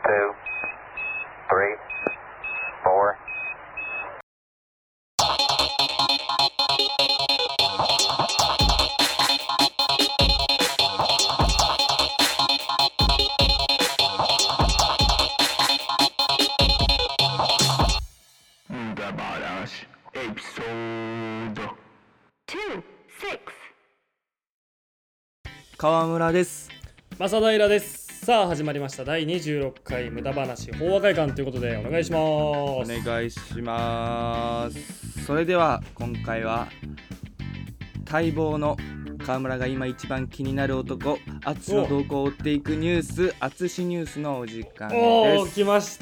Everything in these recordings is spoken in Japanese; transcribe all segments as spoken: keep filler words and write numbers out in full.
two, three, four. 無駄話エピソード two, six. 川村です。 正平です。さあ始まりましただいにじゅうろっかい無駄話法話会館ということでお願いします。 お願いします。それでは今回は待望の川村が今一番気になる男淳の動向を追っていくニュース淳ニュースのお時間おでー来ました。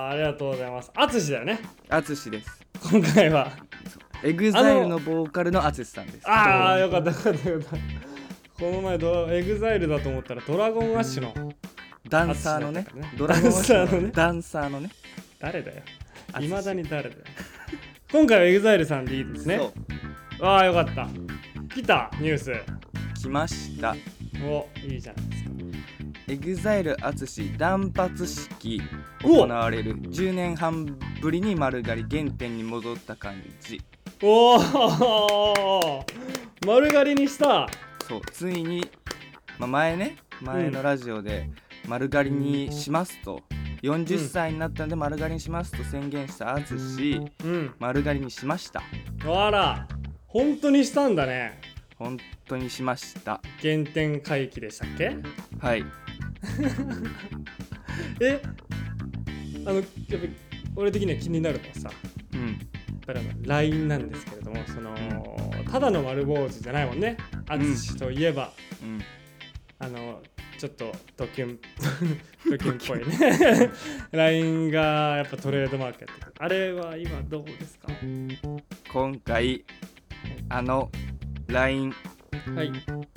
ありがとうございます。淳だよねす。淳です。 今回は。 エグザイルのボーカルの淳さんです。 ああよかったよかったよかった。この前ドエグザイルだと思ったらドラゴンアッシュのダンサーのね淳だったからねドラゴンアッシュダンサーのねダンサーのね誰だよ淳いまだに誰だよ今回はエグザイルさんでいいですね。 そうああよかった。来たニュース。 来ました。 おいいじゃないですか。 エグザイル淳断髪式行われるじゅうねんはんぶりに丸刈り原点に戻った感じ。 おお丸刈りにした。 そうついに、まあ、前ね前のラジオで丸刈りにしますと、よんじゅっさいになったんで丸刈りにしますと宣言した淳、 うん、 丸刈りにしました。 あら本当にしたんだね。 本当にしました。 原点回帰でしたっけ。 はいえあのやっぱ俺的には気になるのはさ、 うんやっぱりあの ライン なんですけれども、その、うん、ただの丸坊主じゃないもんね淳といえば、 うん、 あのちょっとドキュンドキュンっぽいねライン がやっぱトレードマークやってる。あれは今どうですか。 今回あの ラインはい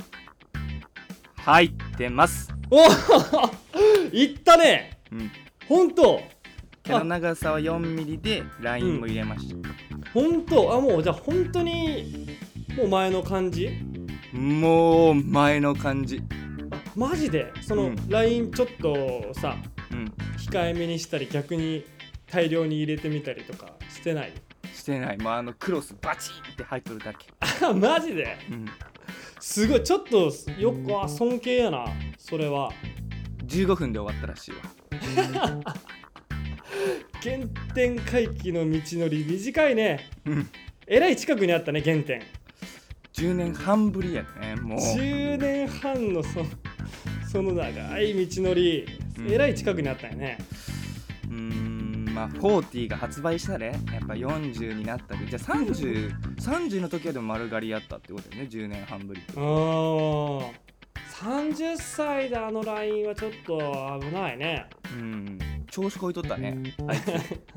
入ってます。 おいったね、 うん、 ほんと。 毛の長さはよんミリで ライン も入れました、うん、 ほんと。あもうじゃあ本当にもう前の感じ。 もう前の感じ。 あマジでその ライン ちょっとさ、 うん、 控えめにしたり逆に大量に入れてみたりとかしてない。 してない。もうあのクロスバチンって入っとるだけ。 あマジで、 うん、すごいちょっとよくあ尊敬やなそれは。 じゅうごふんで終わったらしいわ原点回帰の道のり短いね、 うん、 えらい近くにあったね原点。 じゅうねんはんぶりやね。もうじゅうねんはんの そ, その長い道のり、うん、えらい近くにあったよね。 うーんまあフォーティーが発売したね。やっぱよんじゅうになったで、じゃあさんじゅう さんじゅうの時はでも丸刈りやったってことだよね。じゅうねんはんぶり。 あーさんじゅっさいであのラインはちょっと危ないね。 うん調子こいとったねあいつ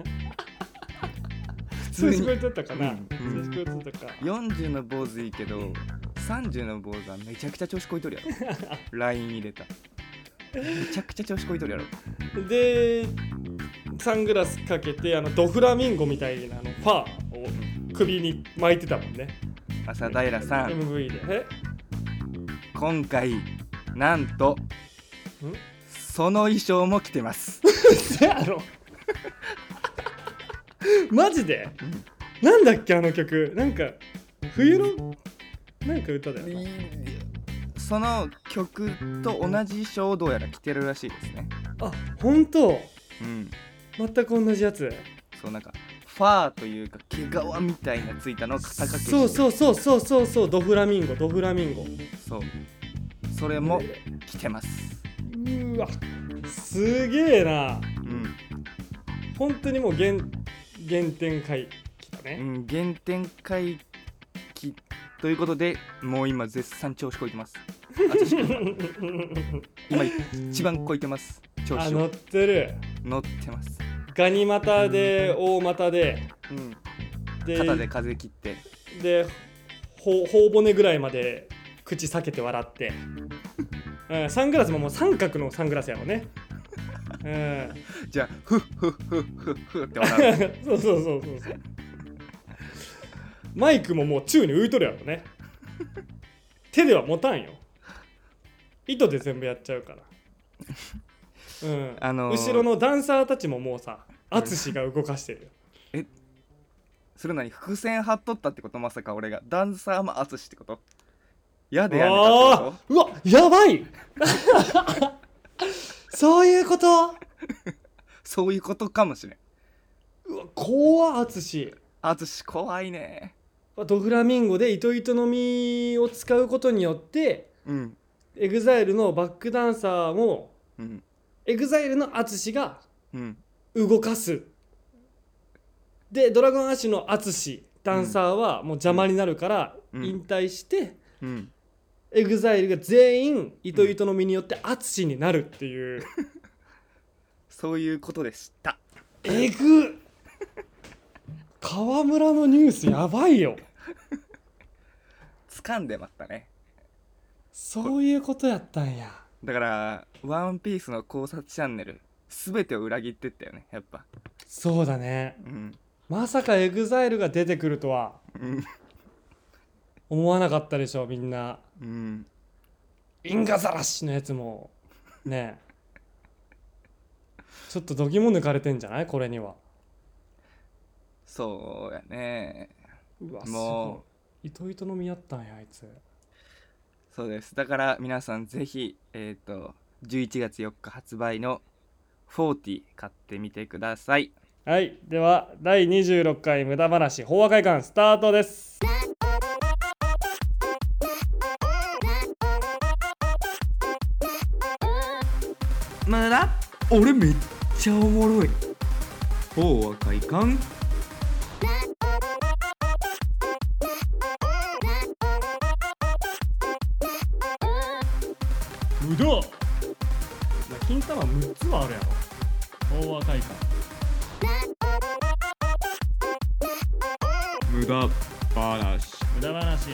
調子こいとったかな、うん、調子子こいとったか。 よんじゅうの坊主いいけどさんじゅうの坊主はめちゃくちゃ調子こいとるやろライン 入れためちゃくちゃ調子こいとるやろ。 でサングラスかけてあのドフラミンゴみたいなあのファーを首に巻いてたもんね。 正平さんエムブイ でえ今回なんとんその衣装も着てます嘘やろマジで、うん、なんだっけあの曲。なんか冬のなんか歌だよな。 その曲と同じ衣装をどうやら着てるらしいですね。 あほんと。 うん全く同じやつ。 そうなんかファーというか毛皮みたいなついたのを肩掛けして。 そうそうそうそうそうそうドフラミンゴドフラミンゴ。 そうそれも着てます。 うわすげえな。 うん本当にもう原原点回帰だね。 うん原点回帰ということでもう今絶賛調子こいてます今一番こいてます調子を。 あ乗ってる。 乗ってます。 ガニ股で大股で、 うん、 で肩で風切ってでほ頬骨ぐらいまで口裂けて笑って、うん、サングラスももう三角のサングラスやろね、うん、 じゃあフッフッフッフッフッって笑うそうそうそうそうそうマイクももう宙に浮いとるやろね手では持たんよ。糸で全部やっちゃうからうんあのー後ろのダンサーたちももうさ淳が動かしてるよそれ何伏線張っとったってこと？まさか俺がダンサーも淳ってこと？やでやめたってこあーうわやばいそういうことと？そういうことかもしれん。 うわ怖っ淳淳怖いね。 ドフラミンゴで糸糸の実を使うことによってうんエグザイルのバックダンサーもうんエグザイルの淳がうん動かすでドラゴンアッシュの淳ダンサーはもう邪魔になるからうん引退してうんエグザイルが全員糸糸の実によって淳になるっていうそういうことでした。 えぐ川村のニュースやばいよ。 掴んでまったね。 そういうことやったんや。 だからワンピースの考察チャンネル全てを裏切ってったよねやっぱ。 そうだね。 うんまさかエグザイルが出てくるとはうん思わなかったでしょみんな。 うんインガザラシのやつもねちょっと度肝抜かれてんじゃないこれには。 そうやね。 うわもう糸糸の実やったんやあいつ。 そうです。だから皆さんぜひえっ、とじゅういちがつよっか発売のフォーティー買ってみてください。 はいではだいにじゅうろっかい無駄話法話会館スタートです。 まだ俺めっちゃおもろい。法は快感。 無駄金玉むっつはあるやろ法話会館。 無駄話。 無駄話。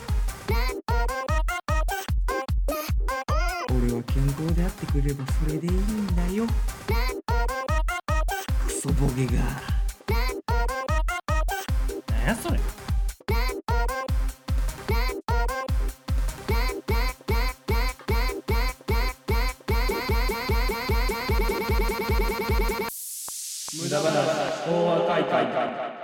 俺は健康であってくればそれでいいんだよ。クソボケが。 なんやそれ。無駄話法話会館。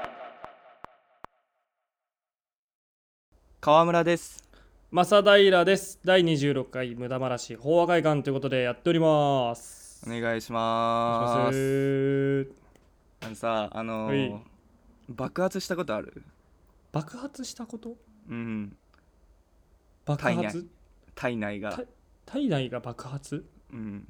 川村です。 正平です。だいにじゅうろっかい無駄話法話会館ということでやっております。 お願いしおま願いしす。 ます。 あのさあのはーい、 爆発したことある？ 爆発したこと？ うん爆体発？ 体内がた体内が爆発うん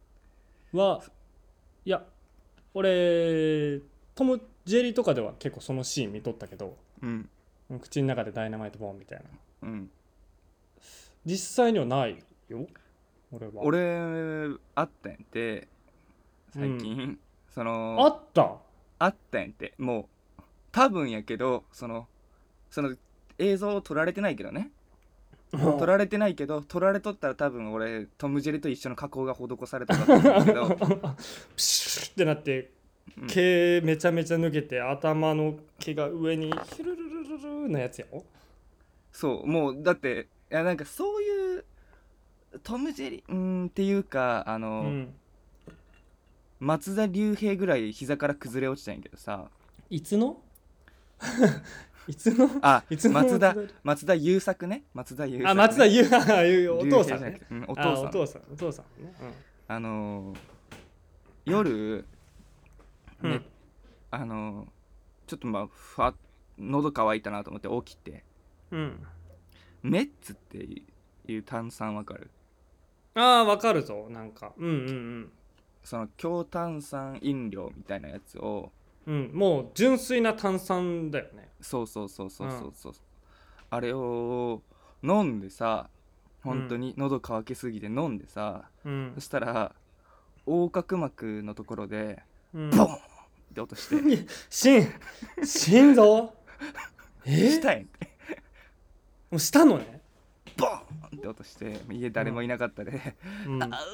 はいや俺トム・ジェリーとかでは結構そのシーン見とったけど、 うん口の中でダイナマイトボンみたいな。 うん実際にはないよ俺は。 俺あったんやて最近、 うそのあったあったんやてもう多分やけどそのその映像撮られてないけどね撮られてないけど撮られとったら多分俺トム・ジェリと一緒の加工が施されたかと思うけどプシュッってなってうん毛めちゃめちゃ抜けて頭の毛が上にヒュルルルルルルなやつやろ。 そうもうだっていやなんかそういうトム・ジェリうーんっていうかあうの、 ん松田龍平ぐらい膝から崩れ落ちたんやけどさいつのいつのあいつの松田松田松田優作ね松田優作、ね、 あ松田優優お父さんね。 龍平じゃなくてうんおあ父さんお父さんお父さんね。 あのー夜うんね、あのーちょっとまあふわ喉乾いたなと思って起きてうん、うん、 メッツっていう炭酸わかる？ ああわかるぞなんかうんうんその強炭酸飲料みたいなやつをうんうんもう純粋な炭酸だよね。 そうそうそうそうそうそう、あれを飲んでさ本当に喉乾きすぎて飲んでさ、 うんそしたら横隔膜のところでうんボンって落としてしん心臓えしたんやんてもうしたのね。 ボンって落として家誰もいなかったで、 うんあうあう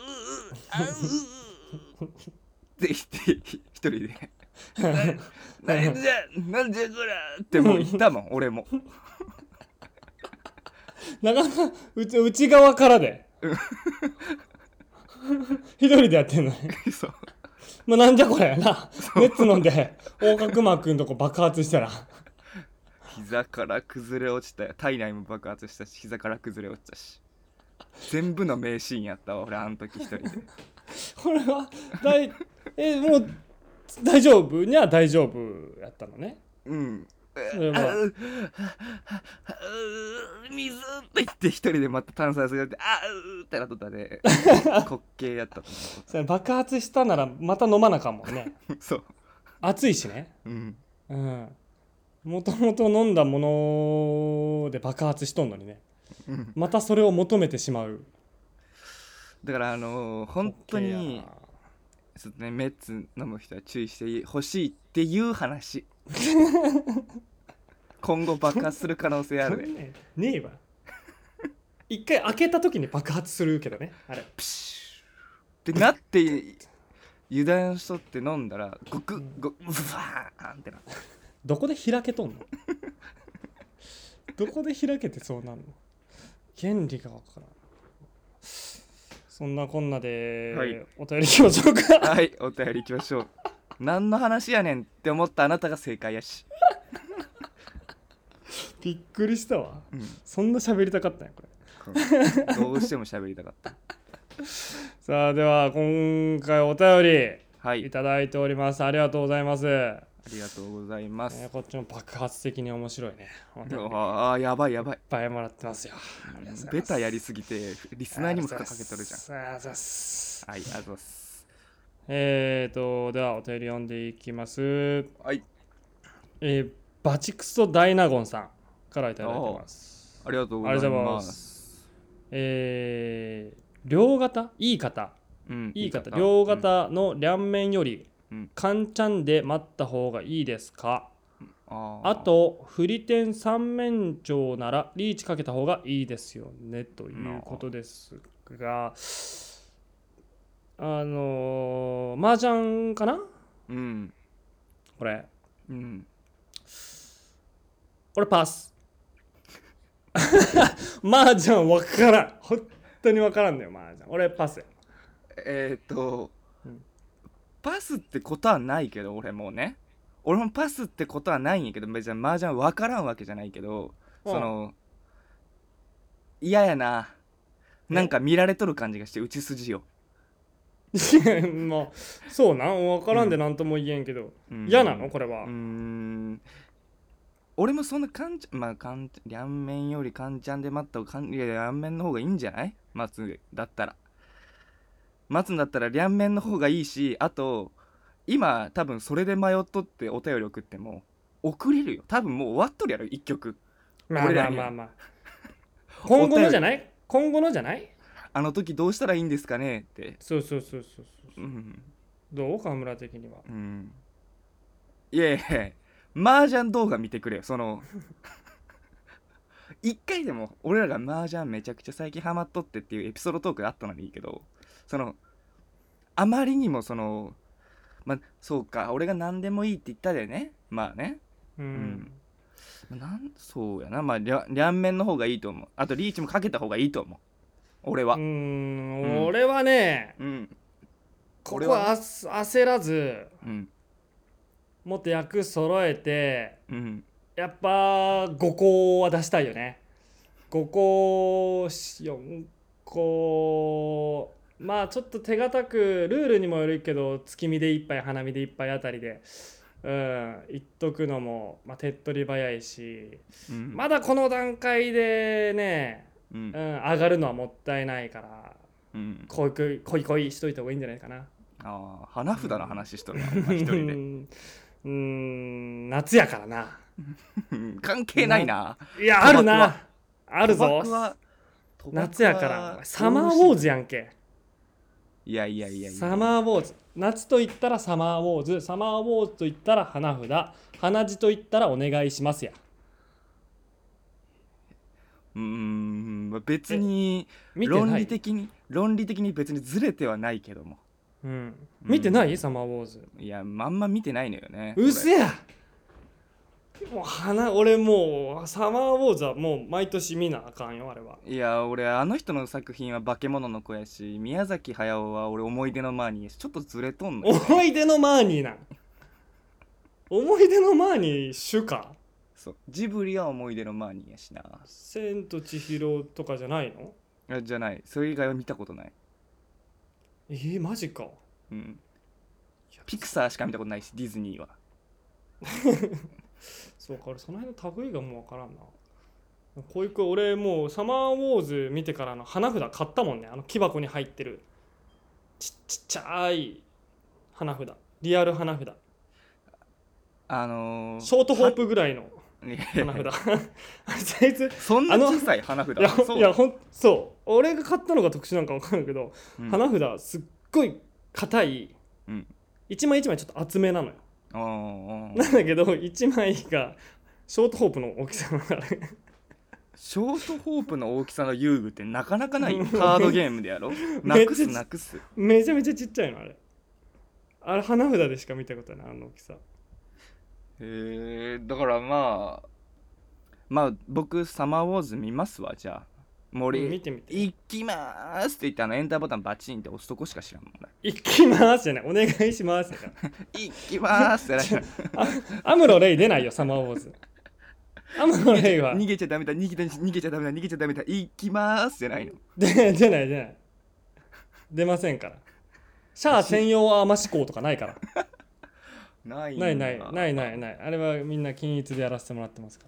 って言って一人でななんじゃなんじゃこらってもう言ったもん俺もなかなか内内側からで一人でやってんのね。 そうまあなんじゃこれな。熱飲んで横隔膜のとこ爆発したら膝から崩れ落ちたよ。体内も爆発したし膝から崩れ落ちたし全部の名シーンやったわ俺あの時一人で。 これは大えもう大丈夫には大丈夫やったのね。 うんそれはあうう水って言って一人でまた炭酸水やってあうってなっとったで滑稽やったとそれ爆発したならまた飲まなあかんもんね。 思う。そう熱いしね。 うんうんもともと飲んだもので爆発しとんのにね、 うんまたそれを求めてしまう。 だからあのー、本当滑稽にやなちょっとねメッツ飲む人は注意してほしいっていう話。今後爆発する可能性あるね。 ねねえわ。一回開けた時に爆発するけどねあれ。 プシュってなって油断しとって飲んだらゴクッゴクッうわーんってなった。 どこで開けとんのどこで開けてそうなんの原理がわからん。そんなこんなで、 はいお便りいきましょうか。 はいお便りいきましょう。何の話やねんって思ったあなたが正解やし。 びっくりしたわ。 うんそんな喋りたかったんやこれ。 どうしても喋りたかった。 さあでは今回お便はいりいただいております。ありがとうございます。 ありがとうございます。 えーこっちも爆発的に面白いね。お便りいっああやばいやばい。 ぱいもらってますよ。ありがとうございますベタやりすぎてリスナーにも負荷かけとるじゃん。 ありがとうございますはいありがとうございます。 えーとではお便り読んでいきます。 はいえーバチクソダイナゴンさんからいただいてます。 ありがとうございありがとうございま。 ますえー、両型いい方うんいい方両型の両面よりうんカンチャンで待った方がいいですか。 あーあと振り点三面長ならリーチかけた方がいいですよねということですが、あのー、麻雀かなうんこれうん俺パス麻雀分からん本当に分からんのよ麻雀俺パスや。 えー、っと、 うんパスってことはないけど俺もね俺もパスってことはないんやけど別に麻雀分からんわけじゃないけど、 うんその嫌やななんか見られとる感じがして打ち筋を、 まあそうなん分からんで何とも言えんけど、 うん嫌なのこれは。 うーん俺もそんなかんちゃんまあかん両面よりかんちゃんで待った方がかんいや両面の方がいいんじゃない待つだったら待つんだったら両面の方がいいし、あと今多分それで迷っとってお便り送っても送れるよ。多分もう終わっとるやろ一曲。 まあま俺らにあまあまあ今後のじゃない今後のじゃないあの時どうしたらいいんですかねって。 そうそうそうそうそううんどう川村的には。 うんいやいや麻雀動画見てくれよ。その一回でも俺らが麻雀めちゃくちゃ最近ハマっとってっていうエピソードトークがあったのにいいけど、そのあまりにもそのまあそうか俺が何でもいいって言ったでね、まあねうん、 なんそうやな、まあ両両面の方がいいと思う。あとリーチもかけた方がいいと思う俺は。 うーんうん俺はねうんここはあす焦らずうんもっと役揃えてうんやっぱごこは出したいよね。ごこよんこまあちょっと手堅くルールにもよるけど月見でいっぱい花見でいっぱいあたりでうん言っとくのも、まあ、手っ取り早いし、 うんまだこの段階でね、 うんうん、上がるのはもったいないからうんこいこいこいこいしといた方がいいんじゃないかな。 ああ花札の話しとるな、お前一人でうんうーん夏やからな。 うん関係ないな。 いやある賭博なはあるぞ賭博は賭博は夏やからサマーウォーズやんけ。 いやいやいやいやサマーウォーズ夏と言ったらサマーウォーズサマーウォーズと言ったら花札花字と言ったらお願いしますや。 うーん別に見てない論理的に論理的に別にずれてはないけども、 うん、見てない、サマーウォーズ。 いやまんま見てないのよね。 うせやもう花俺もうサマーウォーズはもう毎年見なあかんよあれは。 いや俺あの人の作品は化け物の子やし、宮崎駿は俺思い出のマーニーやし、ちょっとずれとんのよ、ね、 思い出のマーニーなん思い出のマーニー主か。 そうジブリは思い出のマーニーやしな。 千と千尋とかじゃないの？ あじゃない、それ以外は見たことない。 えー、マジか。 うんピクサーしか見たことないし、ディズニーはそうか、俺その辺の類がもう分からんな。こういう子俺もうサマーウォーズ見てからの花札買ったもんね。あの木箱に入ってるちちっちゃい花札、リアル花札、 あのー、 ショートホープぐらいの花札あいつそんな小さい花札。 いやそういやほんそう俺が買ったのが特殊なんか分かるけど、うん、花札すっごい硬い、うん、一枚一枚ちょっと厚めなのよ。なんだけどいちまいがショートホープの大きさのあれショートホープの大きさの遊具ってなかなかないカードゲームでやろなくすなくすめちゃめちゃちっちゃいのあれ。あれ花札でしか見たことないあの大きさ。 へえ、だからまあまあ僕サマーウォーズ見ますわ。じゃあ森、うん、見てみて行きまーすって言ってあのエンターボタンバチンって押すとこしか知らんもんね。 行きまーすじゃない、お願いします行きまーすじゃないアムロレイ出ないよサマーウォーズ。アムロレイは逃げちゃダメだ逃げ逃げちゃダメだ逃げちゃダメだ行きまーすじゃないの。 出ない出ない出ない出ませんから。シャア専用アーマ思考とかないからないないないないないない。あれはみんな均一でやらせてもらってますから。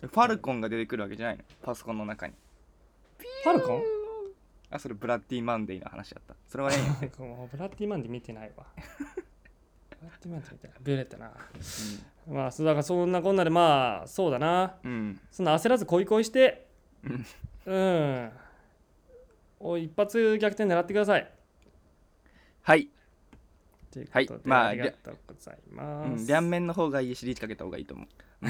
ファルコンが出てくるわけじゃないのパソコンの中に。 ファルコン？ あ、それブラッディマンデーの話だった。それはねブラッディマンデー見てないわブラッディマンデー見てない。ブレてな、うん、まあそうだからそんなこんなでまあそうだな、うん、そんな焦らず恋恋してうんお一発逆転狙ってください。 はいということで、はい、まあ、ありがとうございます、うん、 両面の方がいいしリーチかけた方がいいと思う、うん、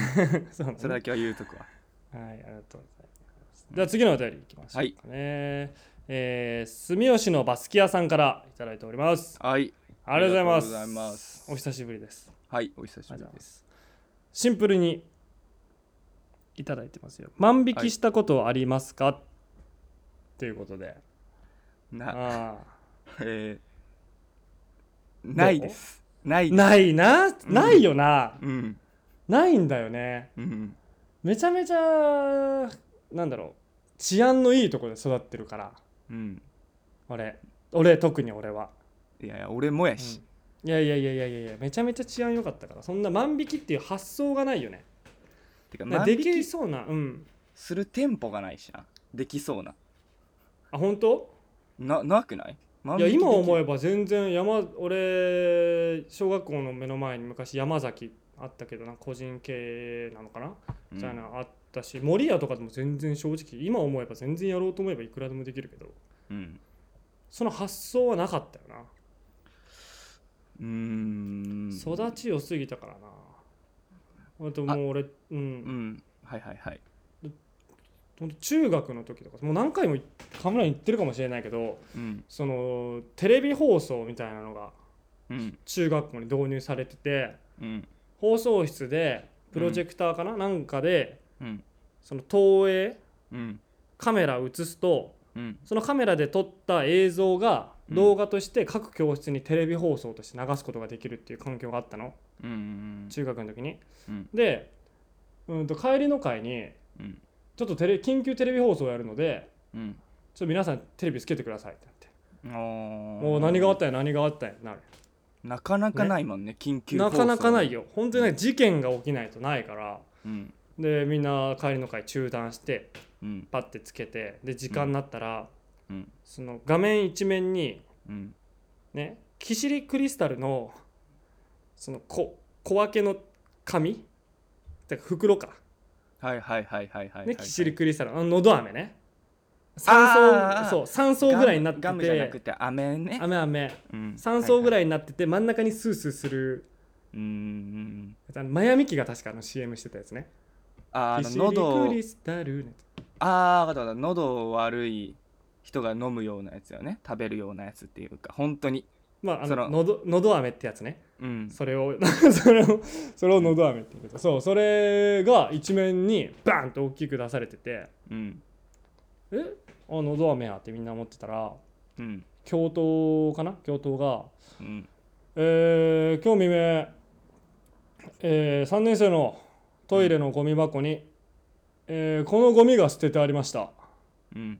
そうね、それだけは言うとくわ。 はい、ありがとうございます。では次のお便りいきましょうかね、はいえー、住吉のバスキ屋さんからいただいております。 はい、 ありがとうございます。お久しぶりです。 はい、お久しぶりです。 シンプルにいただいてますよ。万引きしたことありますか、はい、ということでなあえー、ないです。ないです。 ないな、うん、ないよな、 うん、 ないんだよね、うん、めちゃめちゃなんだろう治安のいいところで育ってるから、うん、俺俺特に俺はいやいや俺もやし、 うん、いやいやいやいやいやめちゃめちゃ治安良かったから、そんな万引きっていう発想がないよね。 てか万引きできそうな、うん、 する店舗がないしな。できそうな。 あ本当？ ななくない？ いや今思えば全然山俺小学校の目の前に昔山崎あったけどな、個人経営なのかな、うん、じゃあなあったし、森屋とかでも全然正直今思えば全然やろうと思えばいくらでもできるけど、うん、その発想はなかったよな。 うーん育ち良すぎたからな。あともう俺うん、うん、 はいはいはい。 中学の時とかもう何回もカメラに行ってるかもしれないけど、うん、そのテレビ放送みたいなのが中学校に導入されてて、うん、放送室でプロジェクターかな、うん、なんかで、うん、その投影、うん、カメラを映すと、うん、そのカメラで撮った映像が動画として各教室にテレビ放送として流すことができるっていう環境があったの、うんうんうん、中学の時に、うん、で、うん、と帰りの会に、うんちょっとテレ緊急テレビ放送やるので、うん、ちょっと皆さんテレビつけてくださいってなって、もう何があったんや何があったんやなる。 なかなかないもんね、緊急放送。 なかなかないよ本当にね、うん、事件が起きないとないから、うん、でみんな帰りの会中断して、うん、パッてつけてで時間になったら、うん、その画面一面に、うん、ねキシリクリスタルのその 小, 小分けの紙てか袋かはいはいはいはいはい、 ね、キシリクリスタルあののど飴ね、さん層そうさん層ぐらいになってて、 ガムじゃなくて飴ね、 飴飴、うん、さん層ぐらいになってて、はいはい、真ん中にスースーするうーんマヤミキが確かあの シーエム してたやつね。 あキシリクリスタルああ分かった、喉悪い人が飲むようなやつよね、食べるようなやつっていうか本当にまああそのののどのど飴ってやつね。 うんそれをそれをそれをのど飴って言うけど、そうそれが一面にバーンと大きく出されてて、 うんえあのど飴やってみんな思ってたら、 うん教頭かな教頭が、 うんえー、今日未明、えー、さんねん生のトイレのゴミ箱に、えー、このゴミが捨ててありました。 うん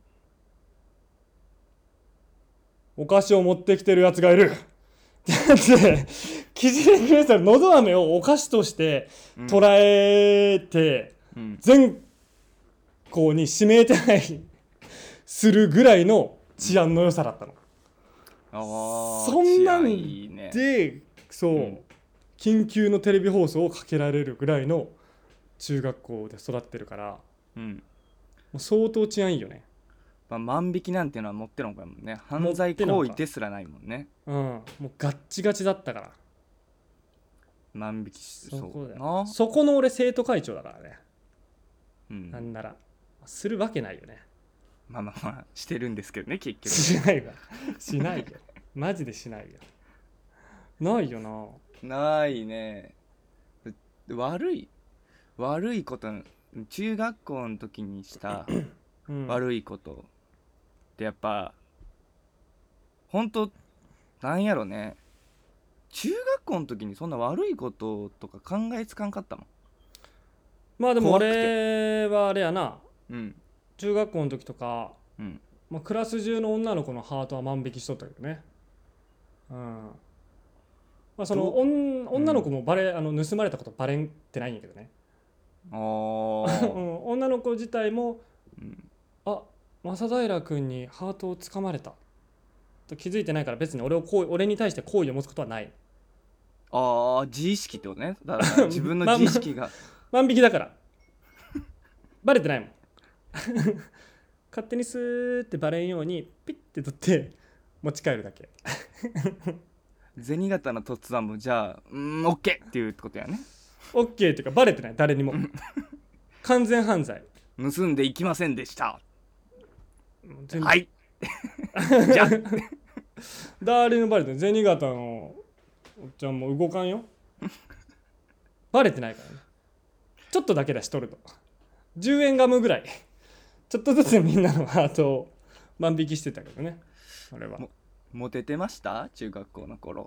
お菓子を持ってきてるやつがいるって記事で決めたらのど飴をお菓子として捉えて、 うん、 全校に指名手配するぐらいの治安の良さだったの。 あそんなんいいねでそう、うん、緊急のテレビ放送をかけられるぐらいの中学校で育ってるから、 うん、 もう相当治安いいよね。 まあ、万引きなんていうのは持ってのほかもんね。犯罪行為ですらないもんね。 うん、もうガッチガチだったから万引きしそこだよな。 そこの俺生徒会長だからね、 うん、 なんならするわけないよね。 まあまあまあしてるんですけどね結局。 しないわしないよマジでしないよ。ないよな。ないね。悪い悪いこと中学校の時にした悪いことってやっぱ本当なんやろね。中学校の時にそんな悪いこととか考えつかんかったもん。 まあでも俺はあれやな、 うん、 中学校の時とか、 うんまあ、クラス中の女の子のハートは万引きしとったけどね。うんまあ、その女の子もバレ、うん、あの盗まれたことバレんってないんやけどね。 あうん女の子自体も、 うん、 あ正平君にハートをつかまれたと気づいてないから別に俺をこう俺に対して好意を持つことはない。 ああ自意識ってことね。だから自分の自意識が万引きだからバレてないもん勝手にスーってバレんようにピッて取って持ち帰るだけ銭形の突案もじゃあうーんオッケーっていうことやね。 オッケーっていうかバレてない誰にも完全犯罪。 盗んでいきませんでした全はいじゃあ誰にもバレてない。銭形のおっちゃんも動かんよバレてないからね。ちょっとだけだし取るとじゅうえんガムぐらいちょっとずつみんなのハートを万引きしてたけどね。俺はモテてました中学校の頃。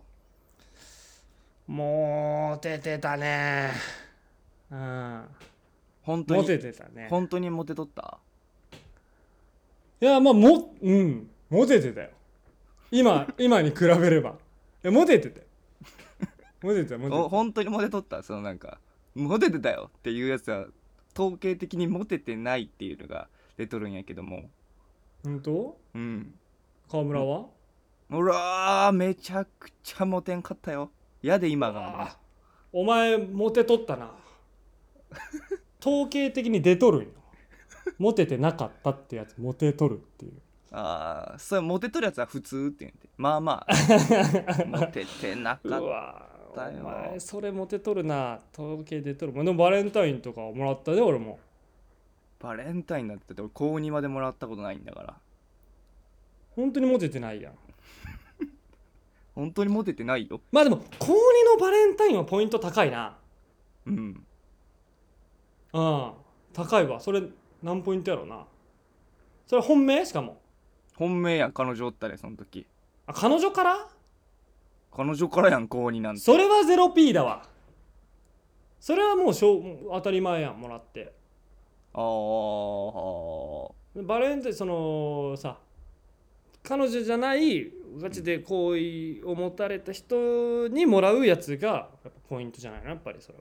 モテてたね。うん本当にモテてたね。 本当にモテとった。 いやまあもうんモテてたよ。今今に比べればいやモテてたよモテてたモテてた。 本当にモテとった。そのなんかモテてたよっていうやつは統計的にモテてないっていうのが出とるんやけども。 本当？ うん川村は？ うわーめちゃくちゃモテんかったよ。やで今がお前モテとったな統計的に出とるんよ。モテてなかったってやつモテとるっていう。 ああそれモテとるやつは普通って言ってまあまあモテてなかったよ。 うわお前それモテとるな。統計出とる。でもバレンタインとかもらったで俺も。 バレンタインだって俺高にまでもらったことないんだから。 本当にモテてないやん本当にモテてないよ。 まあでも高にのバレンタインはポイント高いな。 うんうん高いわ。それ何ポイントやろうな。それ本命しかも本命やん彼女おったねその時。 あ彼女から？ 彼女からやん高になんて。 それは ゼロピー だわ。それはもうしょう当たり前やんもらって。 ああバレンタインそのさ彼女じゃないガチで好意を持たれた人にもらうやつがやっぱポイントじゃないのやっぱりそれ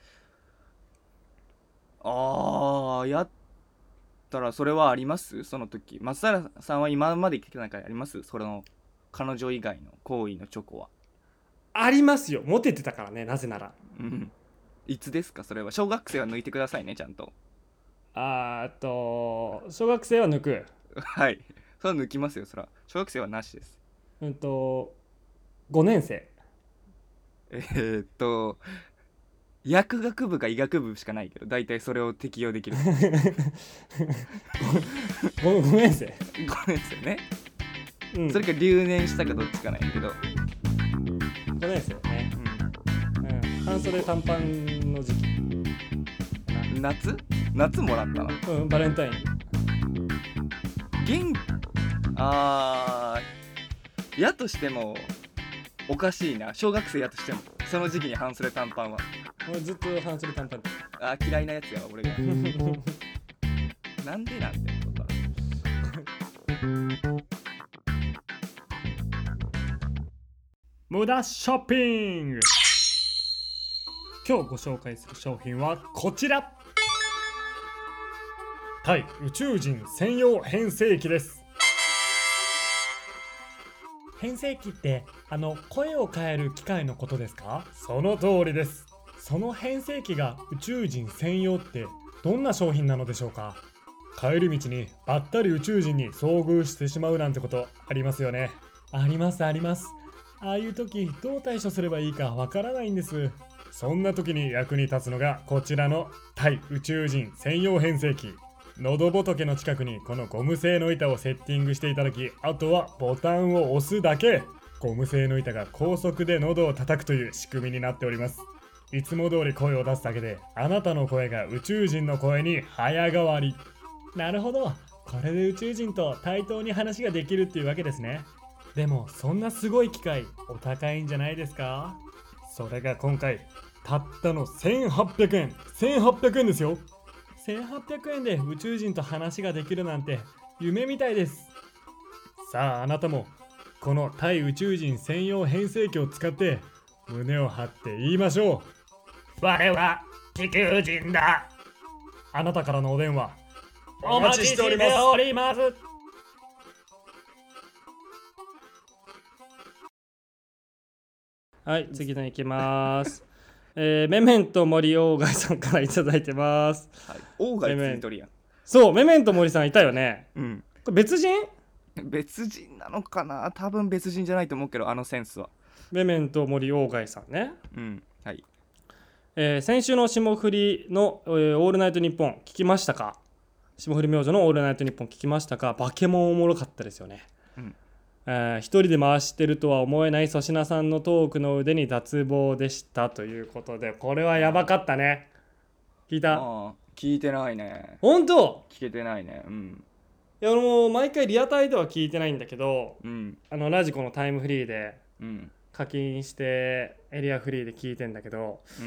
は。ああやったらそれはあります？その時松原さんは今まで生きてきた中であります？それの彼女以外の好意のチョコは。 ありますよ。モテてたからね。なぜならうんいつですかそれは。小学生は抜いてくださいねちゃんと。 あーっと小学生は抜くはいそれは抜きますよ。そら小学生はなしです。 うんとごねん生えー、っと薬学部か医学部しかないけど大体それを適用できるごねん生ごねん生ね、 うん、 それか留年したかどっちかないけどごねん生だね、うん、半袖短パンの時期、 うん、夏夏もらったの、 うん、バレンタイン元あーやとしてもおかしいな。小学生やとしてもその時期に半袖短パンは俺ずっと半袖短パンあー嫌いなやつやわ俺がなんでなんてことか無駄ショッピング。今日ご紹介する商品はこちら、対宇宙人専用編成機です。編成機ってあの声を変える機械のことですか？その通りです。その編成機が宇宙人専用ってどんな商品なのでしょうか？帰り道にばったり宇宙人に遭遇してしまうなんてことありますよね。ありますあります。ああいう時どう対処すればいいかわからないんです。そんな時に役に立つのがこちらの対宇宙人専用編成機。喉仏の近くにこのゴム製の板をセッティングしていただき、あとはボタンを押すだけ。ゴム製の板が高速で喉を叩くという仕組みになっております。いつも通り声を出すだけであなたの声が宇宙人の声に早変わり。なるほど、これで宇宙人と対等に話ができるっていうわけですね。でもそんなすごい機械お高いんじゃないですか？それが今回たったのせんはっぴゃくえんせんはっぴゃくえんですよ。せんはっぴゃくえんで宇宙人と話ができるなんて夢みたいです。さああなたもこの対宇宙人専用編成機を使って胸を張って言いましょう。我は地球人だ。あなたからのお電話お待ちしております。はい、次の行きます。えー、メメント森鴎外さんからいただいてます。 はい、鴎外ついとるやん。 そう、メメント森さんいたよね。 うん。 これ別人？ 別人なのかな。多分別人じゃないと思うけど、あのセンスは。 メメント森鴎外さんね。 うん。はい。 えー、先週の霜降りの、えー、オールナイトニッポン聞きましたか？霜降り明星のオールナイトニッポン聞きましたか？バケモンおもろかったですよね。うん。えー、一人で回してるとは思えない粗品さんのトークの腕に脱帽でしたということで、これはやばかったね。聞いた？ あ聞いてないね。 本当？ 聞けてないね。うん。 いや俺も毎回リアタイでは聞いてないんだけど、 うん、 あのラジコのタイムフリーで課金金してエリアフリーで聞いてんだけど、 うん、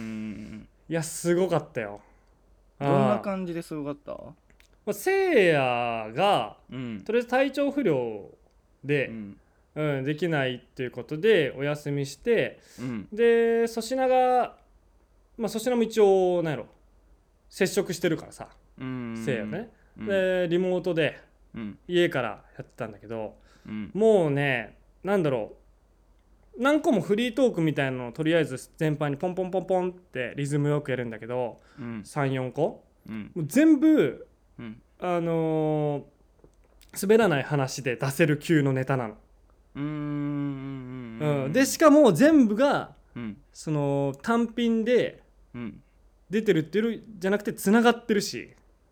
いやすごかったよ。 どんな感じですごかった？ まあ、せいやが、 うん、 とりあえず体調不良で、 うんうん、できないっていうことでお休みして、 うん、 で粗品がまあ粗品も一応何やろ接触してるからさ、 うん、 せいやね、 うん、 でリモートで家からやってたんだけど、うん、もうねなんだろう何個もフリートークみたいなのをとりあえず全般にポンポンポンポンってリズムよくやるんだけど、うん、さん、よんこ、うん、もう全部、うん、あのー、滑らない話で出せる級のネタなの。 うーん、 うん、でしかも全部が、 うん、 その単品で出てるっていうじゃなくてつながってるし、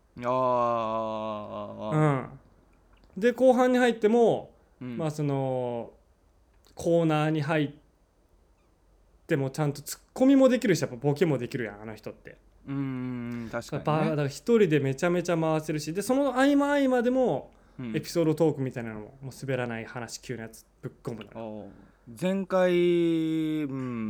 あ、 うん、で後半に入っても、 うん、 まあそのコーナーに入ってもちゃんとツッコミもできるしやっぱボケもできるやんあの人って。 うーん確かに、ね、 だから一人でめちゃめちゃ回せるし、でその合間合間でもエピソードトークみたいなのも、もう滑らない話級のやつぶっ込むの。 前回、うん、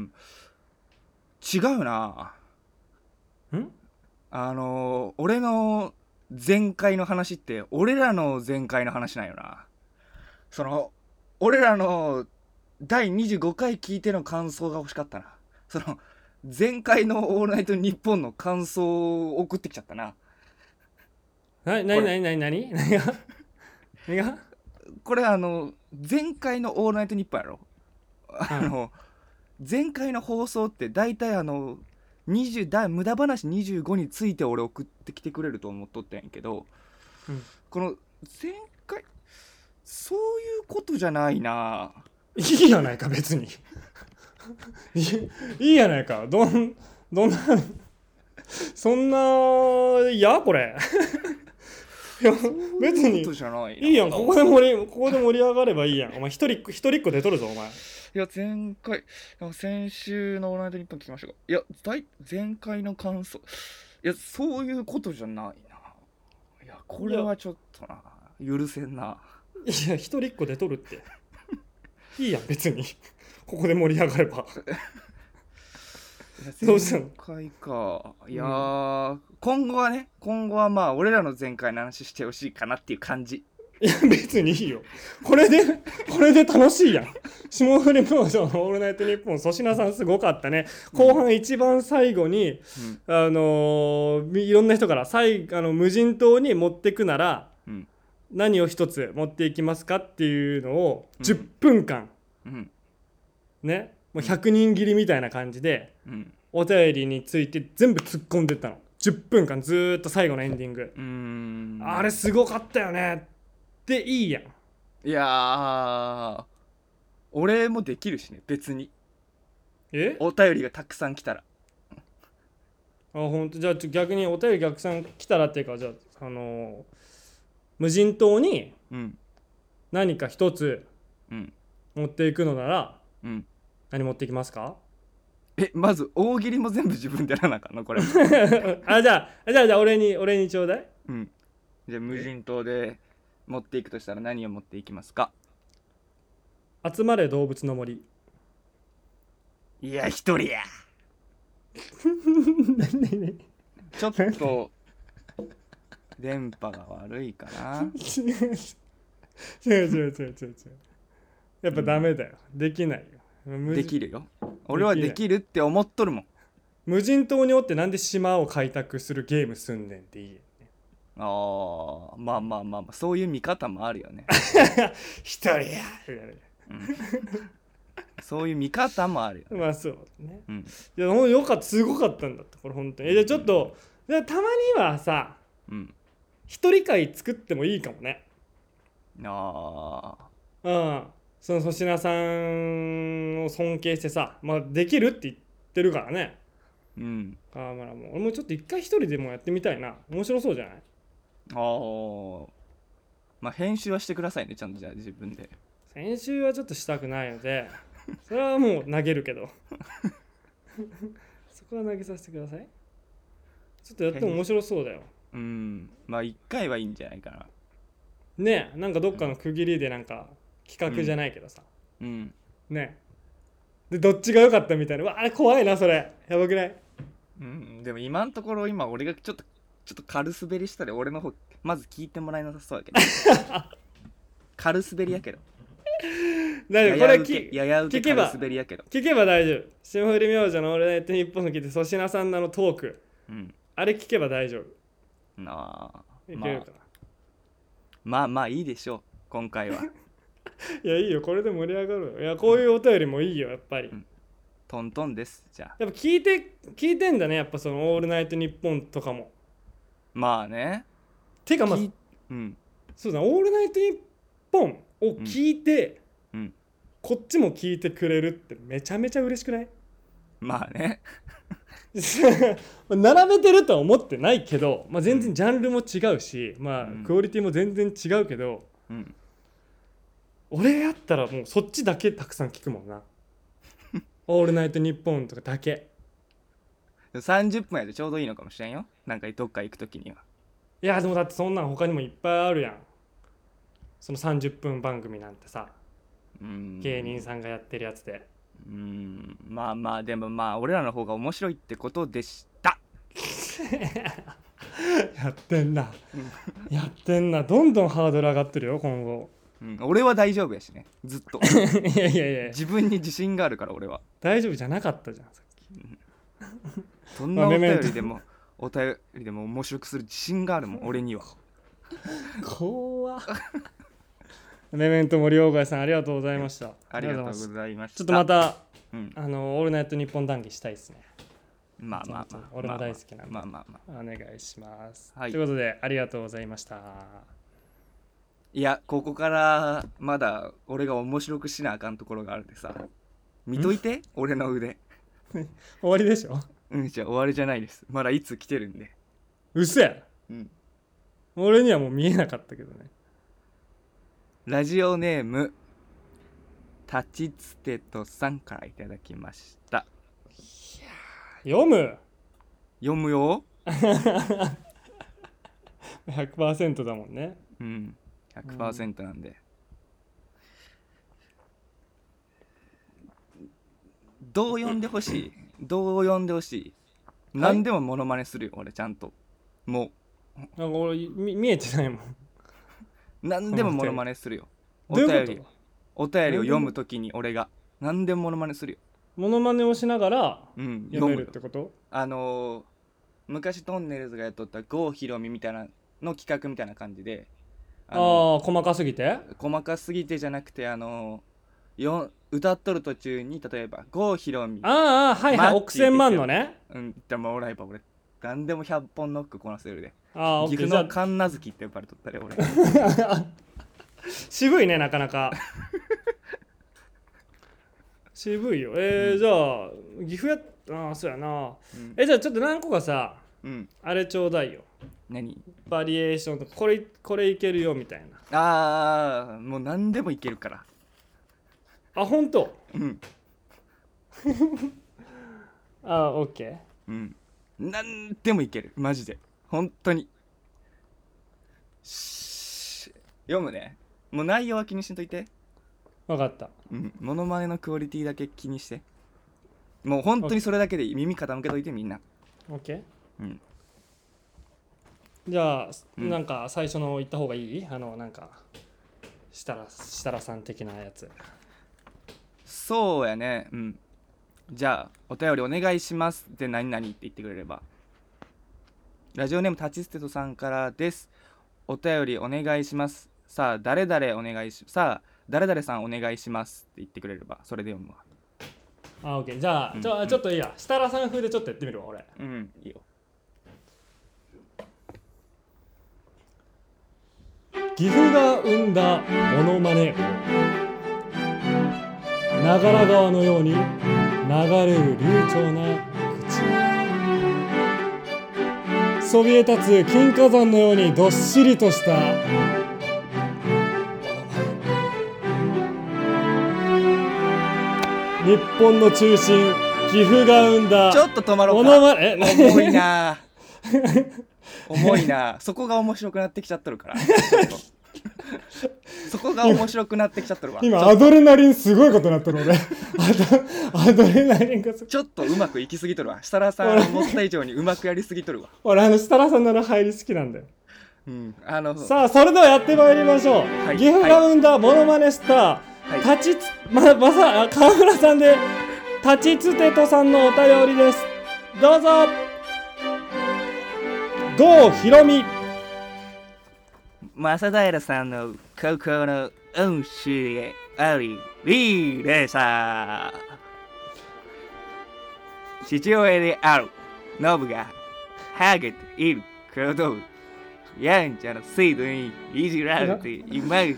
違うな。 ん？ あの俺の前回の話って俺らの前回の話なんよな。その俺らのだいにじゅうごかい聞いての感想が欲しかったな。その前回のオールナイトニッポンの感想を送ってきちゃったな。 なになになになになに何が何がこれあの前回のオールナイトニッポンやろ。あの前回の放送って大体あのにじゅうだ無駄話にじゅうごについて俺送ってきてくれると思っとったんやけど、うん、この前回そういうことじゃないな。 いいやないか別にい, いいやないか。どんどんなそんないやこれいや別にいいやん。ここで盛りここで盛り上がればいいやん。お前一人一人っ子出とるぞお前。 いや前回いや先週のオールナイトニッポン聞きましたが、いや大前回の感想、いやそういうことじゃないな。いやこれはちょっとな許せんな。 いや一人っ子で撮るっていいやん別にここで盛り上がればどうしたの前回か。いやー、うん、今後はね今後はまあ俺らの前回の話してほしいかなっていう感じ。 いや別にいいよこれでこれで楽しいやん。霜降り明星のオールナイトニッポン粗品さんすごかったね。後半一番最後に、うん、あのー、いろんな人から最あの無人島に持ってくなら、うん、何を一つ持っていきますかっていうのをじゅっぷんかん、うん、ねもうひゃくにん切りみたいな感じで、うん、お便りについて全部突っ込んでったの。じゅっぷんかんずーっと最後のエンディング。うーんあれすごかったよねっていいやん。 いやー俺もできるしね別に。 えお便りがたくさん来たら。 あほんとじゃあ逆にお便りたくさん来たらっていうかじゃあ、あのー、無人島に何か一つ持っていくのなら、うん、何持っていきますか？ えまず大喜利も全部自分でやらなあかんのこれあじゃあじゃあじゃあ俺に俺にちょうだい。 うんじゃあ無人島で持っていくとしたら何を持っていきますか？ 集まれ動物の森。 いや一人やちょっと電波が悪いかな。 違う違う違う違う違う違うやっぱダメだよ、うん、できないよ。 できるよ俺はできるって思っとるもん。 無人島におってなんで島を開拓するゲームすんねんっていいよね。 ああまあまあまあまあそういう見方もあるよね一人や、 うん、そういう見方もあるよね。 まあそうね、うん、いやほんよかったすごかったんだってこれ本当に。じゃあちょっと、うん、たまにはさ、うん、一人会作ってもいいかもね。 ああうんその粗品さんを尊敬してさ、まあ、できるって言ってるからね。うん川村も俺もちょっと一回一人でもやってみたいな。面白そうじゃない？ ああまあ編集はしてくださいねちゃんと。じゃあ自分で編集はちょっとしたくないのでそれはもう投げるけどそこは投げさせてください。ちょっとやっても面白そうだよ。 うんまあ一回はいいんじゃないかな。 ねえなんかどっかの区切りでなんか企画じゃないけどさ、うん、うん、ねえでどっちが良かったみたいな。わあれ怖いなそれ。やばくない？ うんでも今のところ今俺がちょっとちょっと軽滑りしたら俺の方まず聞いてもらえなさそうやけど軽滑りやけど大丈夫これ聞やや受け軽滑りやけど聞けば大丈夫。霜降り明星のオールナイトニッポンの聞いて粗品さんのあのトーク、うん、あれ聞けば大丈夫なあ。 いけるかな、 まあ、まあまあいいでしょう今回はいやいいよこれで盛り上がるよ。いやこういうお便りもいいよやっぱり、うん、 トントンです。じゃあやっぱ聞いて聞いてんだねやっぱそのオールナイトニッポンとかも。 まあねてかまず、うん、そうだオールナイトニッポンを聞いて、うんうん、こっちも聞いてくれるってめちゃめちゃ嬉しくない？ まあね並べてるとは思ってないけど、まあ、全然ジャンルも違うし、まあ、クオリティも全然違うけど、うん、俺やったらもうそっちだけたくさん聞くもんなオールナイトニッポンとかだけ。 さんじゅっぷんやでちょうどいいのかもしれんよ。なんかどっか行くときには。 いやでもだってそんなん他にもいっぱいあるやん。そのさんじゅっぷん番組なんてさ、うん芸人さんがやってるやつで。 うーんまあまあでもまあ俺らの方が面白いってことでしたやってんなやってんな。どんどんハードル上がってるよ今後、 うん、俺は大丈夫やしねずっといやいやいや自分に自信があるから俺は。 大丈夫じゃなかったじゃんさっき、うん、 そんなお便りでもお便りでも面白くする自信があるもん俺には。 怖っメメント森鴎外さんありがとうございました。 ありがとうございました。 ちょっとまた、うん、あのオールナイトニッポン談義したいですね。 まあまあまあ俺も大好きなんで、 まあまあまあ、 お願いします、 はい、 ということでありがとうございました。 いやここからまだ俺が面白くしなあかんところがあるんでさ見といて俺の腕終わりでしょ。 うんじゃあ終わりじゃないです。まだいつ来てるんで。 うせえ、うん、俺にはもう見えなかったけどね。 ラジオネームたちつてとさんからいただきました。 読む読むよ。 ひゃくパーセント だもんね。 うん、ひゃくパーセント なんで、うん、どう読んでほしいどう読んでほしい、はい、何でもモノマネするよ俺ちゃんと。もうなんか俺見、見えてないもん。 何でもモノマネするよ。お便りお便りを読むときに俺が何でもモノマネするよ。 モノマネをしながらうん読めるってこと、 あのー、昔トンネルズがやっとった郷ひろみみたいなの企画みたいな感じで、 ああ細かすぎて細かすぎてじゃなくて、あのー、よ歌っとる途中に例えば郷ひろみ、 ああはいはい億千万のね、 うんでも俺やっぱ俺何でもひゃっぽんノックこなせるで。 あ岐阜の神奈月って呼ばれとったで俺渋いねなかなか渋いよ。えー、うん、じゃあ岐阜やああそうやな、うん、えじゃあちょっと何個かさ、うん、あれちょうだいよ。 何バリエーションとかこれこれいけるよみたいな。 ああもう何でもいけるから。 あ本当。 うんあオッケー。 うん何でもいけるマジで本当に。読むね。もう内容は気にしんといて。 分かった。 うん、モノマネのクオリティだけ気にして。もう本当にそれだけでいい。耳傾けといてみんな。 オッケー。 うん。 じゃあ、うん、なんか最初の言った方がいい？あのなんか設楽設楽さん的なやつ。 そうやね。うん。じゃあお便りお願いしますで何々って言ってくれれば。ラジオネームたちすてとさんからです。お便りお願いします。さあ誰々お願いしさあ誰々さんお願いしますって言ってくれればそれで読むわ。 あ、オッケー。じゃあ、うん、ちょ、ちょっといいや。設楽さん風でちょっとやってみるわ俺。 うんいいよ。 岐阜が生んだモノマネを長良川のように流れる流暢な口、そびえ立つ金華山のようにどっしりとした日本の中心岐阜が生んだちょっと止まろうか。え重いな重いなそこが面白くなってきちゃっとるからそこが面白くなってきちゃっとるわ。 今アドレナリンすごいことになってる俺アドレナリンがちょっとうまくいきすぎとるわ。設楽さんの思った以上にうまくやりすぎとるわ。 俺あの設楽さんの入り好きなんだよ。 うん、あのさあそれではやってまいりましょう、はい、岐阜が生んだモノマネスター、はい、立ちつままさ川村さんで立ちつてとさんのお便りです。どうぞ。郷ひろみ。 正平さんの高校の恩師へありリーレーサー。父親であるノブがハゲていることをやんちゃな生徒にいじられていました。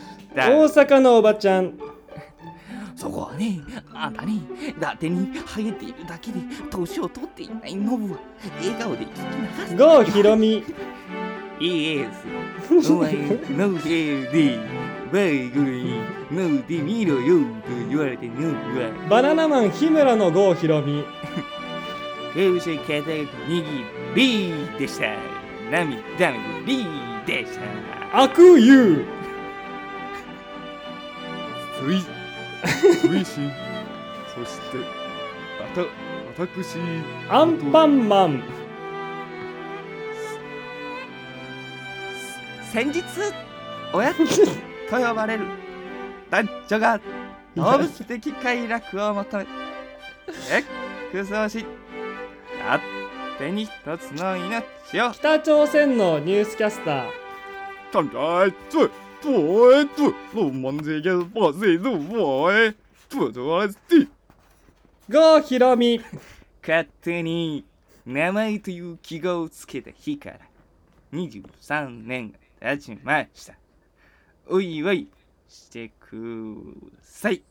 大阪のおばちゃん。 そこはね、あんたね、伊達にハゲているだけで年を取っていないノブは笑顔で聞きなさい。 郷ひろみ。 イエス、お前のヘルでバイクに乗ってみろよと言われてノブはバナナマン日村の郷ひろみ。 拳肩握りでした。涙のリーでした。 悪友。 推進そしてあた私アンパンマン。 先日おやつと呼ばれる男女が動物的快楽を求めエクソしあ手に一つの命を。 北朝鮮のニュースキャスター。 看来这对对我们这个把这路我做做的郷ひろみ。 勝手に名前という記号をつけた日からにじゅうさんねんが経ちました。おいおいしてください。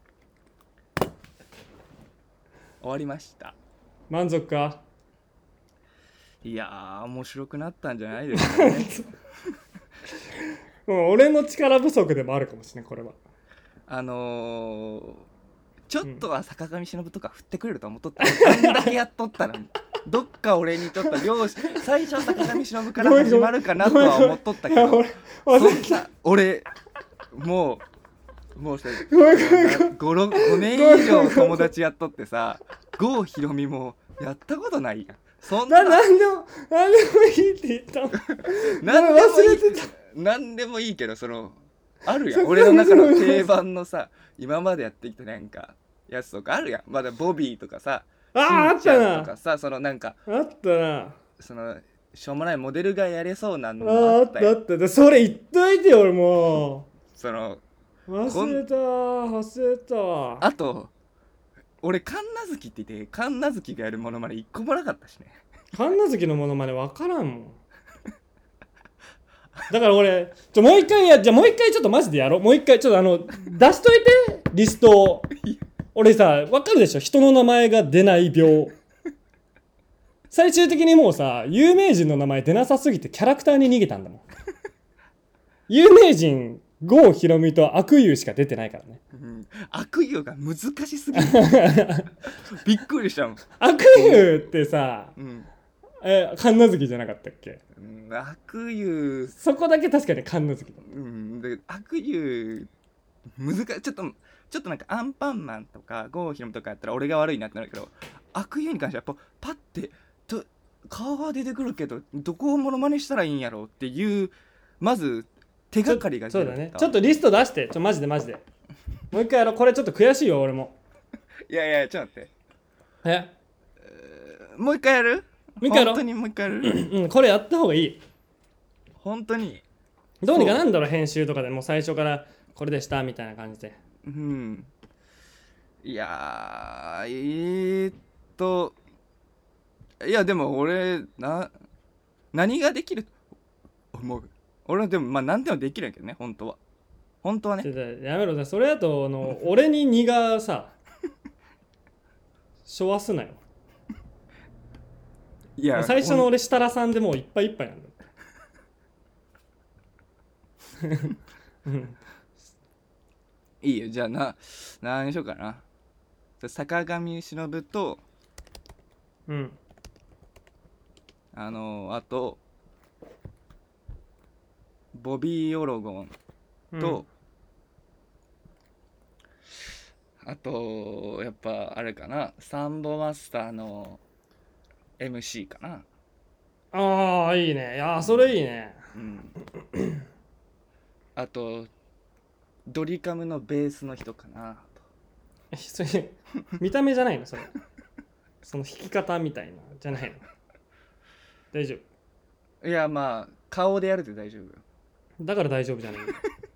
終わりました。 満足か。 いやー面白くなったんじゃないですかねもう俺の力不足でもあるかもしれないこれは。 あのー、ちょっとは坂上忍とか振ってくれると思っとった、あんだけやっとったらどっか俺にちょっと両親最初は坂上忍から始まるかなとは思っとったけど、 俺忘れそんな俺もうもうごめんごめんごめんご、ろく、ごねん以上友達やっとってさ、郷ひろみもやったことないやん。そんなななんでもなんでもいいって言ったの。 なんでもいい忘れてなんでもいいけど、そのあるやん、俺の中の定番のさ、今までやってきたなんかやつとかあるやん。まだボビーとかさ、 あーあっしんちゃたなんとかさ、そのなんかあったなそのしょうもないモデルがやれそうなのあもああったたああっよ。 ったでそれ言っといてよ俺もそのう忘れた忘れたわあと俺神奈月って言って神奈月がやるものまで一個もなかったしね。 神奈月のものまで分からんもんだから俺ちょもう一回やじゃあもう一回ちょっとマジでやろう。もう一回ちょっとあの出しといてリストを。俺さ分かるでしょ、人の名前が出ない病。最終的にもうさ有名人の名前出なさすぎてキャラクターに逃げたんだもん。有名人郷ひろみと悪友しか出てないからね。 うん、悪友が難しすぎるびっくりしたもん、 悪友ってさうんえ神奈月じゃなかったっけ。 うん、悪友、 そこだけ確かに神奈月だ。 うん、で悪友難しい。ちょっとちょっとなんかアンパンマンとか郷ひろみとかやったら俺が悪いなってなるけど、悪友に関してはやっぱパッてと顔は出てくるけどどこをモノマネしたらいいんやろうっていうまず手がかりがそうだね。ちょっとリスト出してちょマジでマジでもう一回やろう。これちょっと悔しいよ俺も。 いやいやちょっと待って、 えもう一回やる？ もう一回やろう本当にもう一回やる？ うんこれやった方がいい。 本当にどうにかなんだろう編集とかでもう最初からこれでしたみたいな感じで。 うん、いやーえー、っといやでも俺な何ができるもう俺はでもまあ何でもできるんやけどね、本当は本当はね。 ちょっとやめろさ。それだとあの俺に荷がさしょわすなよ。 いや最初の俺設楽さんでもういっぱいいっぱいなんだ。うんいいよ、じゃあな何にしようかな。坂上忍とうんあのあとボビー・オロゴンと、うん、あとやっぱあれかな、サンボマスターの エムシー かな。 ああいいね。いやそれいいね。 うんあとドリカムのベースの人かなえそれ見た目じゃないのそれ。その弾き方みたいなじゃないの。大丈夫。 いやまあ顔でやると大丈夫よ。 だから大丈夫じゃないの。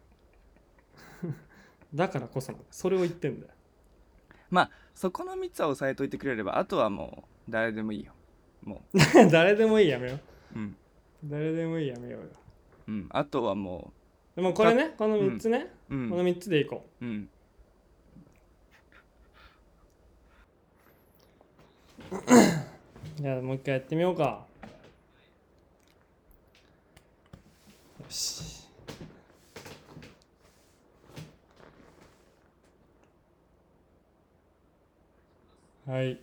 だからこそなんだ。それを言ってんだよ。 まあそこのみっつは押さえといてくれればあとはもう誰でもいいよ。も誰でもいいやめよううんう。誰でもいいやめようよ。 うんあとはもでもこれねこのみっつね、 ううんこのみっつでいこうんう。じゃあもう一回やってみようか。よし。はい。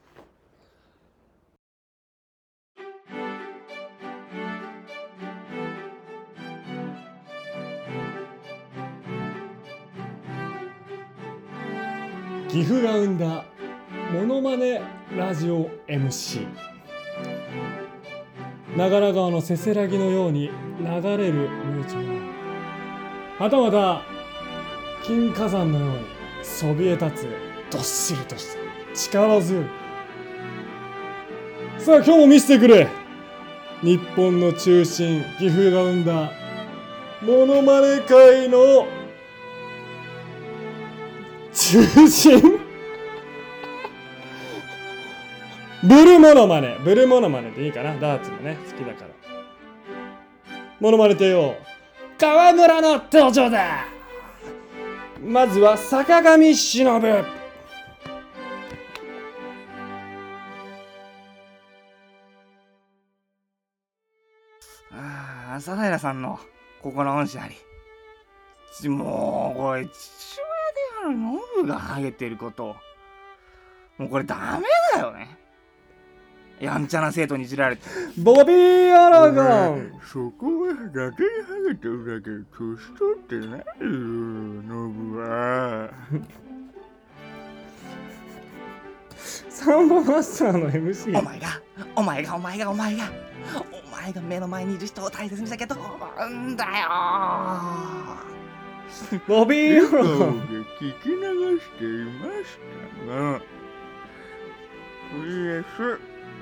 岐阜が生んだモノマネラジオ エムシー。 長良川のせせらぎのように流れる流暢な、はたまた金火山のようにそびえ立つどっしりとした力強い。さあ今日も見せてくれ。日本の中心岐阜が生んだモノマネ界の中心ブルモノマネブルモノマネでいいかな。ダーツもね好きだから。モノマネ帝王川村の登場だ。まずは坂上忍。 ああ朝平さんの心の恩師ありもうこれ父のノブがハゲてること、もうこれダメだよね。やんちゃな生徒にいじられて。 ボビー・アラゴン。 そこはだけハゲてるだけで年取ってないよノブは。 サンボマスターの エムシー。 お前がお前がお前がお前がお前が目の前にいる人を大切にしたけどんだよ。 ボビー・アラゴ笑顔ン。 で聞き流していましたが ブイエス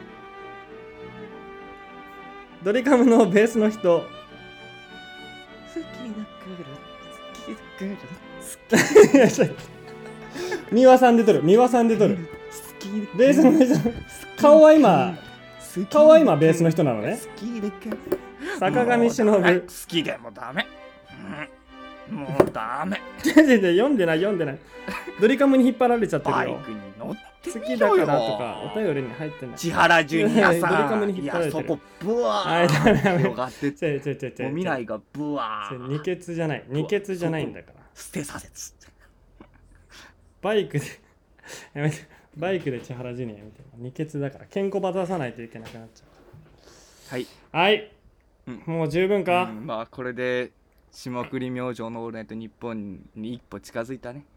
ドリカムのベースの人。 好きだから好きだからいやちょっと三輪さんで撮る三輪さんで撮る。 好きだベースの人。顔は今顔は今ベースの人なのね。 好きだから坂上忍。 もうダメ好きでもダメ、うん、もうダメ。 違う違う違う読んでない読んでない。ドリカムに引っ張られちゃってるよ。 バイクに乗って好みろよきだからとかお便りに入ってない。 千原ジュニアドリカさん。 ムに引いっ張られてるやそこブワはいダメダメー広がってて、 違う違う違う違う。 もう未来がブワそれー二血じゃない二血じゃないんだから。 捨てさせつ。 バイクでやめてバイクで千原ジュニアやめて二血だからケンコバ出さないといけなくなっちゃはい、 う。はい、 うんもう十分か、 うんまあこれで霜降り明星のオールナイトニッポンに一歩近づいたね。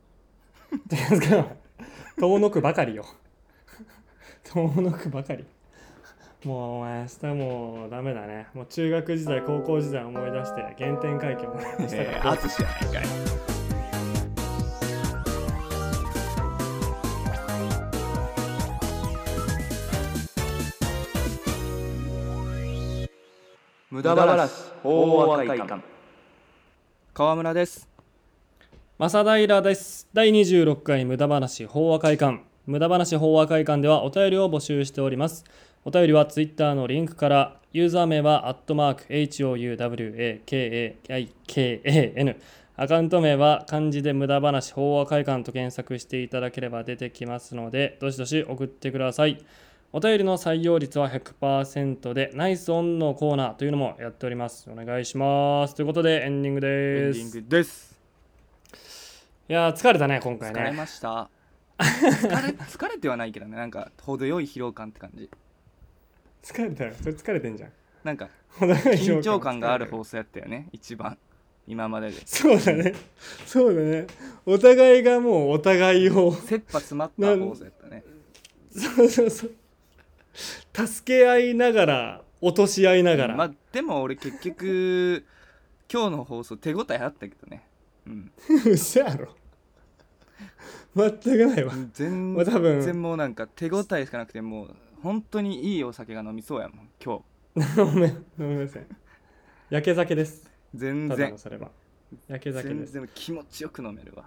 遠のくばかりよ。遠のくばかり。もうお前明日もうダメだね。もう中学時代高校時代思い出して原点回帰もしたから、 えー、淳やないかい。無駄話大和会館。川村です。 正平です。だいにじゅうろっかい無駄話法話会館。無駄話法話会館ではお便りを募集しております。お便りはツイッターのリンクから、ユーザー名はアットマーク エイチオーユーダブリューエーケーエーアイケーエーエヌ、 アカウント名は漢字で無駄話法話会館と検索していただければ出てきますので、どしどし送ってください。お便りの採用率は ひゃくパーセント で、ナイスオンのコーナーというのもやっております。お願いします。ということでエンディングエンディンです。 グです。 いやー疲れたね今回疲れね。 ました。疲れ疲れてはないけどね、なんか程よい疲労感って感じ。 疲れたよ。それ疲れてんじゃん。 なんか緊緊張感がある放送やったよね、一番今までで。 そうだね。そうだね。お互いがもうお互いを切羽詰まった放送やったね。 そうそうそう助け合いながら落とし合いながら、 まあでも俺結局今日の放送手応えあったけどね。うん嘘やろ。全くないわ。 全まあ多分然もうなんか手応えしかなくて、もう本当にいいお酒が飲みそうやもん今日。 ごめんごめんなさい。焼け酒です。ただ全然のそれは焼け酒全です。 然気持ちよく飲めるわ。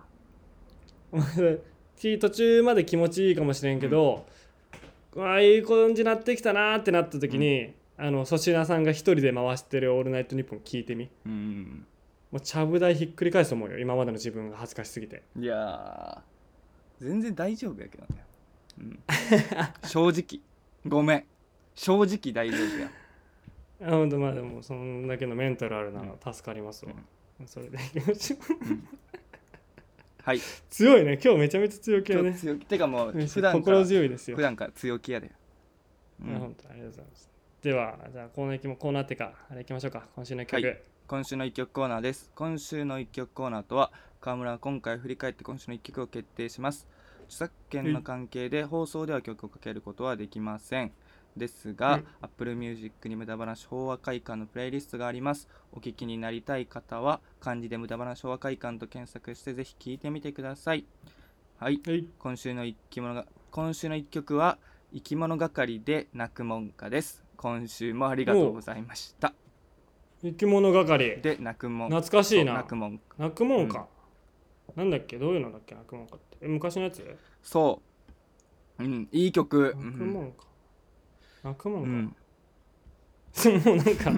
途中まで気持ちいいかもしれんけど、ああいう感じになってきたなーってなった時に、あの粗品さんが一人で回してる「オールナイトニッポン」聞いてみ。 うんもうちゃぶ台ひっくり返すと思うよ、今までの自分が恥ずかしすぎて。 いやー全然大丈夫やけどね、うん、正直ごめん正直大丈夫や。 あほんとまあでもそんだけのメンタルあるなら助かりますわ、うん、それでいきましょう、 うん、はい強いね今日めちゃめちゃ強気だね。 今日強気てかもう普段から心強いですよ。 普段から強気やで、うあん、 本当ありがとうございます。ではじゃあコーナー行きもコーナーってかあれ行きましょうか。今週の一曲、 はい今週の一曲コーナーです。今週の一曲コーナーとは、川村は今回振り返って今週の一曲を決定します。著作権の関係で放送では曲をかけることはできません。ですが、 うん、 Apple Music に無駄話法話会館のプレイリストがあります。お聞きになりたい方は漢字で無駄話法話会館と検索してぜひ聴いてみてください。はい、 はい、 今週の生き物が今週の一曲は生き物係で泣くもんかです。今週もありがとうございました。 生き物係で泣くもん、 懐かしいな。 泣くもん泣くもんか、うん、なんだっけどういうのだっけ泣くもんかってえ昔のやつ。 そううんいい曲。 泣くもんか、うん、泣くもんか、 うん、 もうなんか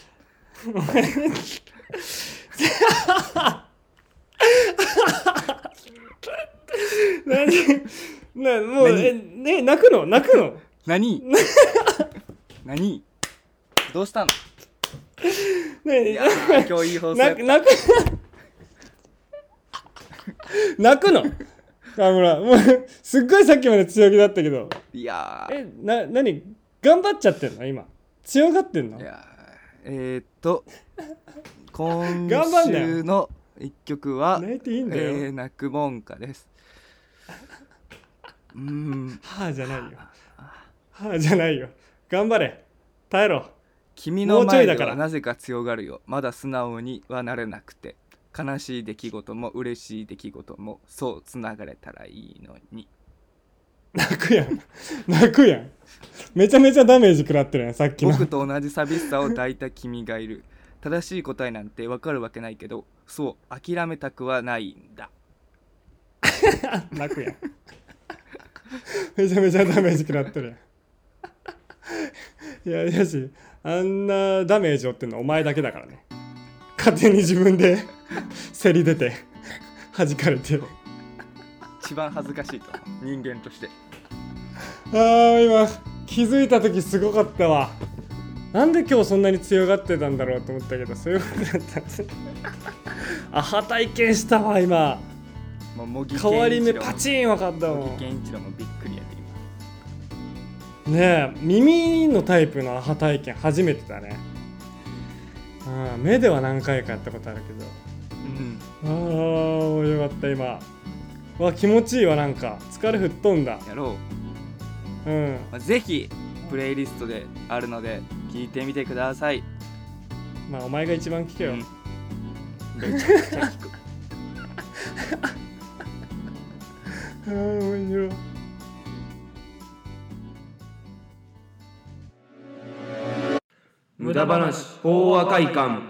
何なもうえね泣くの泣くの何何どうしたの。 ねいやー今日いい放送やった。 泣く泣く泣くの河村もうすっごいさっきまで強気だったけどいやーえな何頑張っちゃってんの今強がってんのいやーえー、っと今頑張んなよ週の一曲は泣いていいんだよ、 えー、泣くもんかです。うーんはあじゃないよはあじゃないよ頑張れ耐えろ君のもうちょいだから前ではなぜか強がるよ。まだ素直にはなれなくて、悲しい出来事も嬉しい出来事もそうつながれたらいいのに。 泣くやん泣くやんめちゃめちゃダメージ食らってるやんさっきの僕と同じ寂しさを抱いた君がいる。正しい答えなんてわかるわけないけど、そう諦めたくはないんだ。 泣くやんめちゃめちゃダメージ食らってるやんいやいやしあんなダメージ負ってんのお前だけだからね。勝手に自分で競り出て弾かれてる。 一番恥ずかしいと思う、人間として。 あー今気づいた時すごかったわ。なんで今日そんなに強がってたんだろうと思ったけど、そういうことだったんですアハ体験したわ今。 もう模擬変わり目健一郎パチン分かったもん。 模擬健一郎もびっくりやで今。 ねえ耳のタイプのアハ体験初めてだね。あ目では何回かやったことあるけど、 うん、 あー面白かった今。わ気持ちいいわ、なんか疲れ吹っ飛んだ。 やろう。 うんまあ、ぜひプレイリストであるので聞いてみてください。 まあお前が一番聞けよ、 うん、めちゃくちゃ聞く。 あー面白い。 無駄話法話会館。